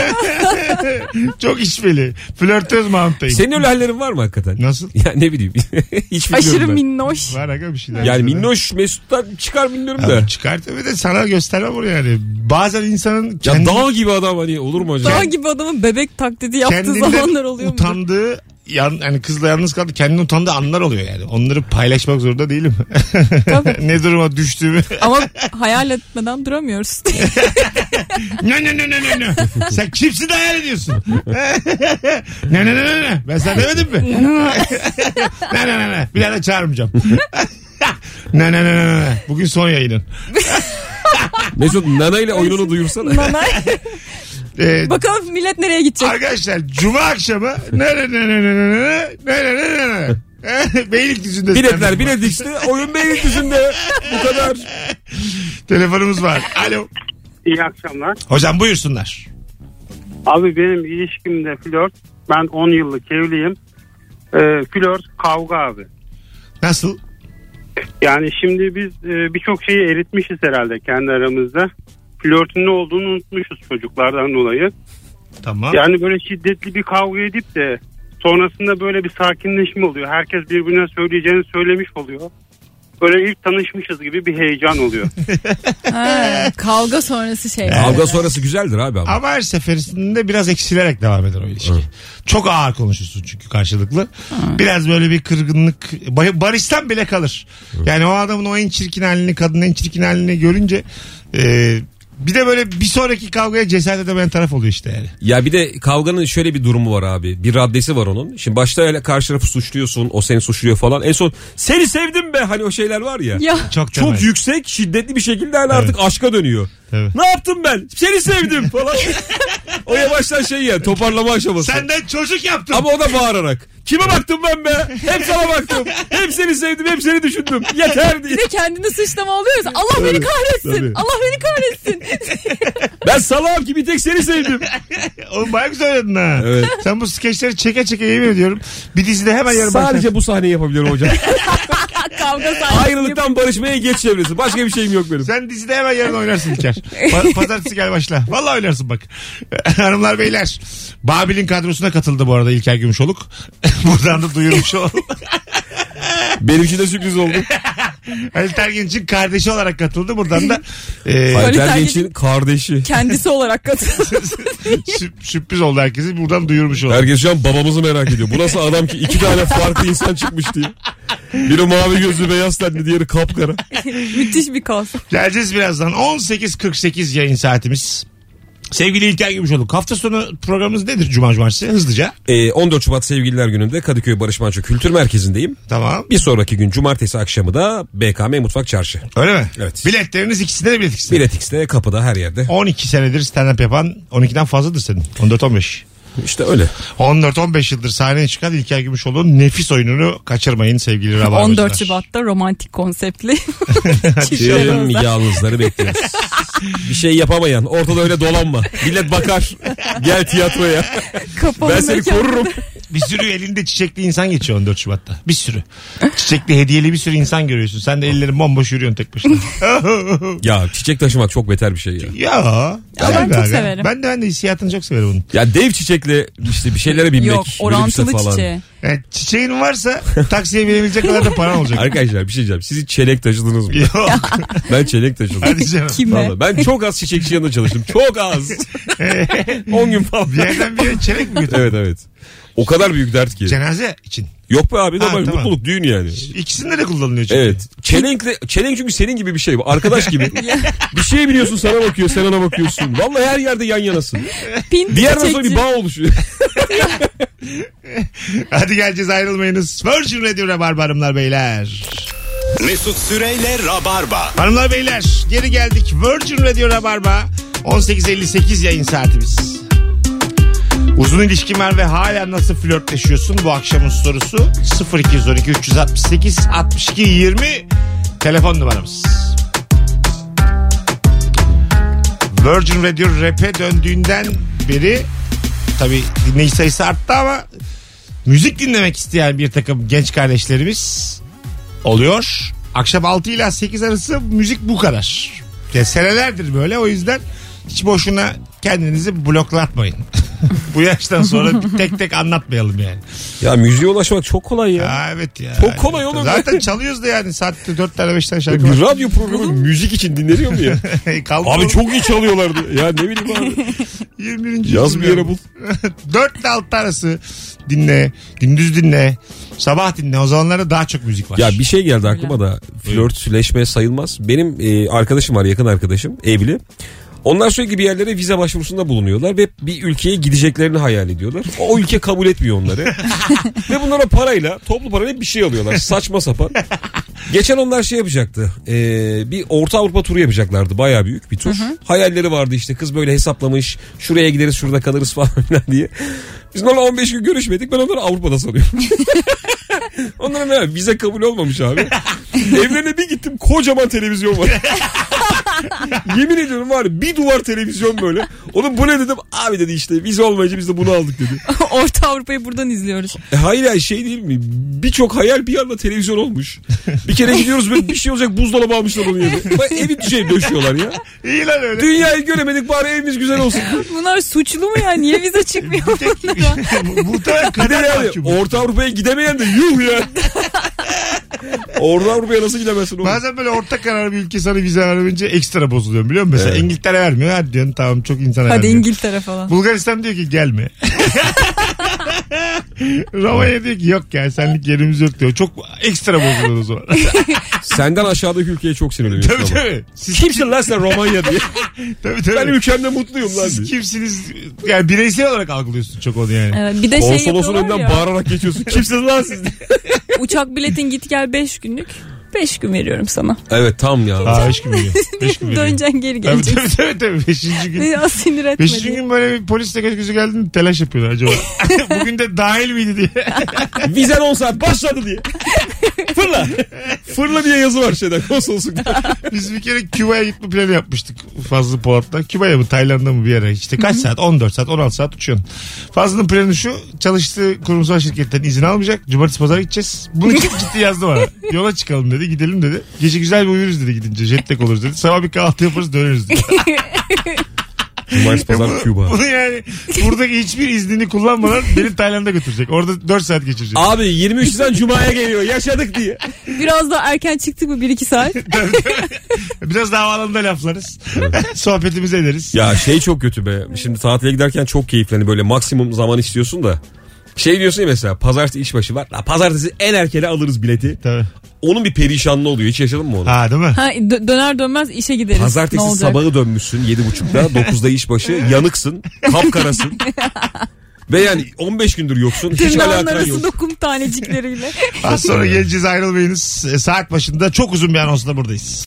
Çok işveli. Flörtöz mountain. Senin öyle hallerin var mı hakikaten? Nasıl? Ya ne bileyim. Hiç bilmiyorum Aşırı ben. minnoş. Var aga bir şeyler. Yani Söyle. minnoş Mesut'tan çıkar bilmiyorum da. Ya çıkar tabii de sana göstermem bunu yani. Bazen insanın Ya kendi, dağ gibi adam hani olur mu acaba? Dağ gibi adamın bebek taklidi yaptığı kendinden zamanlar oluyor mu? utandığı yan, yani kızla yalnız kaldı kendini utandığı anlar oluyor yani. Onları paylaşmak zorunda değilim. Tabii. Ne duruma düştüğümü. Ama hayal etmeden duramıyoruz. Ne ne ne ne ne ne. Sen kimsin de hayal ediyorsun? Ne ne ne ne ne. Ben sana demedim mi? Ne ne ne ne. Bir daha da çağırmayacağım. Ne ne ne ne ne. Bugün son yayının. Mesut Nana ile oyununu duyursana. Nanay. Ee, Bakalım millet nereye gidecek? arkadaşlar cuma akşamı ne ne ne ne ne ne ne ne ne ne ne ne. Beylikdüzü'nde. Biletler Biletix'te, oyun Beylikdüzü'nde. Bu kadar. Telefonumuz var. Alo. İyi akşamlar. Hocam buyursunlar. Abi benim ilişkimde flört. Ben on yıllık evliyim. Ee, flört kavga abi. Nasıl? Yani şimdi biz e, birçok şeyi eritmişiz herhalde kendi aramızda. Flörtün ne olduğunu unutmuşuz çocuklardan dolayı. Tamam. Yani böyle şiddetli bir kavga edip de sonrasında böyle bir sakinleşme oluyor. Herkes birbirine söyleyeceğini söylemiş oluyor. böyle ilk tanışmışız gibi bir heyecan oluyor. Ha, kavga sonrası şey. Kavga sonrası güzeldir abi ama. Ama her seferinde biraz eksilerek devam eder o ilişki. Hı. Çok ağır konuşursun çünkü karşılıklı. Hı. Biraz böyle bir kırgınlık. Barıştan bile kalır. Hı. Yani o adamın o en çirkin halini, kadının en çirkin halini görünce... E, bir de böyle bir sonraki kavgaya cesaret edemeyen taraf oluyor işte yani. Ya bir de kavganın şöyle bir durumu var abi. Bir raddesi var onun. Şimdi başta öyle karşı tarafı suçluyorsun. O seni suçluyor falan. En son seni sevdim be. Hani o şeyler var ya. ya. Çok, çok yüksek şiddetli bir şekilde hani evet. Artık aşka dönüyor. Evet. Ne yaptım ben? Seni sevdim falan. O yavaştan şey ya toparlama aşaması. Senden çocuk yaptım. Ama o da bağırarak. Kime baktım ben be? Hep sana baktım. Hep seni sevdim, hep seni düşündüm. Yeter diye. Bir de kendini suçlama oluyoruz. Allah tabii, beni kahretsin. Tabii. Allah beni kahretsin. Ben salağım ki bir tek seni sevdim. Oğlum bayağı güzel oynadın ha. Evet. Sen bu skeçleri çeke çeke yemin ediyorum. Bir dizide hemen yarım Sadece başlar. Bu sahneyi yapabiliyorum hocam. Kavga sahnesi. Ayrılıktan barışmaya geç çevresi. Başka bir şeyim yok benim. Sen dizide hemen yarın oynarsın İlker. Pazartesi gel başla. Vallahi oynarsın bak. Hanımlar beyler. Babil'in kadrosuna katıldı bu arada İlker Gümüşoluk. Buradan da duyurmuş olalım. Benim için de sürpriz oldu. Halit Ergenç'in kardeşi olarak katıldı. Buradan da e, Halit Ergenç'in kardeşi. Kendisi olarak katıldı. Sürpriz oldu herkese. Buradan duyurmuş olalım. Herkes şu an babamızı merak ediyor. Bu nasıl adam ki iki tane farklı insan çıkmış diye. Biri mavi gözlü beyaz tenli, diğeri kapkara. Müthiş bir kaos. Geleceğiz birazdan. on sekiz kırk sekiz yayın saatimiz. Sevgili İlker Gümüşoluk, hafta sonu programımız nedir Cuma Cumartesi? Hızlıca. Ee, on dört Şubat Sevgililer Günü'nde Kadıköy Barış Manço Kültür Merkezi'ndeyim. Tamam. Bir sonraki gün Cumartesi akşamı da B K M Mutfak Çarşı. Öyle mi? Evet. Biletleriniz ikisinde de Bilet X'te. Bilet X'te, kapıda, her yerde. on iki senedir stand-up yapan, on ikiden fazladır senin. on dört on beş. İşte öyle. on dört on beş yıldır sahneye çıkan İlker Gümüşoluk'un nefis oyununu kaçırmayın sevgili Rabarbacılar. on dört Şubat'ta romantik konseptli. Tüm yalnızları bekliyoruz. Bir şey yapamayan, ortada öyle dolanma. Millet bakar. Gel tiyatroya. Kapalı ben seni mekan. Korurum. Bir sürü elinde çiçekli insan geçiyor on dört Şubat'ta. Bir sürü. Çiçekli, hediyeli bir sürü insan görüyorsun. Sen de ellerin bomboş yürüyorsun tek başına. Ya çiçek taşımak çok beter bir şey ya. Ya. ya ben çok abi. severim. Ben de ben de hissiyatını çok severim bunun. Ya dev çiçekle işte bir şeylere binmek. Yok, orantılı falan. çiçeği. Yani çiçeğin varsa taksiye binebilecek kadar da paran olacak. Arkadaşlar bir şey diyeceğim. Siz hiç çelenk taşıdınız mı? Yok. Ben çelenk taşıdım. Hadi canım. Kime? Vallahi ben çok az çiçekçi yanında çalıştım. Çok az. on gün falan. Bir yerden bir yere çelenk mi götürdün? Evet evet. O kadar büyük dert ki. Cenaze için. Yok be abi, normal tamam. Mutluluk, düğün yani. İkisinde de kullanılıyor çünkü. Evet. Çelenkle, çelenk çünkü senin gibi bir şey. Arkadaş gibi. Bir şeye biliyorsun, sana bakıyor, sen ona bakıyorsun. Vallahi her yerde yan yanasın. Pin bir yerden sonra bir bağ oluşuyor. Hadi geleceğiz, ayrılmayınız. Virgin Radio Rabarba hanımlar beyler. Mesut Süreyle Rabarba. Hanımlar beyler geri geldik. Virgin Radio Rabarba. on sekiz elli sekiz yayın saatimiz. Uzun ilişkin var ve hala nasıl flörtleşiyorsun? Bu akşamın sorusu sıfır iki on iki üç altı sekiz altmış iki yirmi telefon numaramız. Virgin Radio rap'e döndüğünden beri tabii dinleyici sayısı arttı ama müzik dinlemek isteyen bir takım genç kardeşlerimiz oluyor. Akşam altı ile sekiz arası müzik bu kadar. Yani senelerdir böyle, o yüzden hiç boşuna kendinizi bloklatmayın. Bu yaştan sonra tek tek anlatmayalım yani. Ya müziğe ulaşmak çok kolay ya. Ha, evet ya. Çok kolay oğlum. Zaten çalıyoruz da yani saatte dört tane beş tane şarkı var. Bir radyo programı müzik için dinleniyor mu ya? Abi çok iyi çalıyorlardı. Ya ne bileyim abi. yirmi birinci Yaz bir yere bul. dört ile altı arası dinle. Gündüz dinle. Sabah dinle. O zamanlarda daha çok müzik var. Ya bir şey geldi aklıma da, flörtleşme sayılmaz. Benim e, arkadaşım var, yakın arkadaşım, evli. Onlar sürekli bir yerlere vize başvurusunda bulunuyorlar ve bir ülkeye gideceklerini hayal ediyorlar. O ülke kabul etmiyor onları. Ve bunlara parayla, toplu parayla bir şey alıyorlar. Saçma sapan. Geçen onlar şey yapacaktı. Ee, bir Orta Avrupa turu yapacaklardı. Bayağı büyük bir tur. Hı hı. Hayalleri vardı işte. Kız böyle hesaplamış. Şuraya gideriz, şurada kalırız falan diye. Biz onlarla on beş gün görüşmedik. Ben onları Avrupa'da sanıyorum. Onlara meğer vize kabul olmamış abi. Evlerine bir gittim, kocaman televizyon var. Yemin ediyorum var ya, bir duvar televizyon böyle. Oğlum bu ne dedim. Abi dedi işte vize olmayınca biz de bunu aldık dedi. Orta Avrupa'yı buradan izliyoruz. E hayır ya, şey değil mi? Birçok hayal bir anda televizyon olmuş. Bir kere gidiyoruz böyle, bir şey olacak, buzdolabı almışlar onun yerine. Evi şey döşüyorlar ya. İyi lan öyle. Dünyayı göremedik, bari evimiz güzel olsun. Bunlar suçlu mu ya? Niye vize çıkmıyor bunlara? Muhtemelen kader mahkum. Orta Avrupa'ya gidemeyen de yuh ya. Oradan Avrupa'ya nasıl gidemezsin oğlum? Bazen böyle orta karar bir ülke sana vize vermeyince ekstra bozuluyor biliyor musun? Mesela Evet. İngiltere vermiyor. Hadi diyorsun tamam çok insana Hadi vermiyor. İngiltere falan. Bulgaristan diyor ki gelme. Romanya diyor ki yok ya senlik yerimiz yok diyor. Çok ekstra bozuluyor o zaman. Senden aşağıdaki ülkeye çok sinirleniyorsun Tabii ama. tabii. Siz, Kimsin lan sen Romanya diye. tabii, tabii. Ben ülkemde mutluyum lan Siz diye. kimsiniz? Yani bireysel olarak algılıyorsun çok onu yani. Evet, bir de şey Konsolosun yapıyorlar önünden ya. bağırarak geçiyorsun. Kimsiniz lan siz diye. Uçak biletin git gel beş günlük. beş gün veriyorum sana. Evet tam ya. Aa beş gün veriyor. Beş gün veriyor. Döneceksin geri Tabii geleceksin. tabii tabii. tabii. Beşinci gün. Ya sinir etme Beşinci diye. gün böyle bir polisle göz gözü geldi mi telaş yapıyorlar acaba. Bugün de dahil miydi diye. Vizen on saat başladı diye. Fırla. Fırla diye yazı var şeyden konsoloslukta. Biz bir kere Küba'ya gitme planı yapmıştık Fazlı Polat'la. Küba'ya mı Tayland'a mı bir yere. İşte kaç saat? on dört saat on altı saat uçuyorsun. Fazlı'nın planı şu. Çalıştığı kurumsal şirketten izin almayacak. Cumartesi pazar gideceğiz. Bunu ciddi ciddi yazdı bana. Yola çıkalım dedi. Gidelim dedi. Gece güzel bir uyuruz dedi gidince. Jet lag oluruz dedi. Sabah bir kahvaltı yaparız döneriz dedi. Cumartesi pazar Bunu- Küba. Bunu yani buradaki hiçbir iznini kullanmadan beni Tayland'a götürecek. Orada dört saat geçirecek. Abi yirmi üç Nisan Cuma'ya geliyor. Yaşadık diye. Biraz da erken çıktık mı bir iki saat. Biraz daha havaalanında laflarız. Sohbetimizi ederiz. Ya şey çok kötü be. Şimdi tatile giderken çok keyifli. Hani böyle maksimum zaman istiyorsun da. Şey diyorsun ya mesela pazartesi işbaşı var. La pazartesi en erkene alırız bileti. Tabii. Onun bir perişanlığı oluyor. Hiç yaşadın mı onu? Ha değil mi? Ha, dö- döner dönmez işe gideriz. Ne Pazartesi olacak? sabahı dönmüşsün yedi buçukta dokuzda işbaşı yanıksın kapkarasın. Ve yani on beş gündür yoksun. Hiç Tırnağın alakan arası yok. dokum tanecikleriyle. Az sonra geleceğiz ayrılmayınız. E, Saat başında çok uzun bir anonsla buradayız.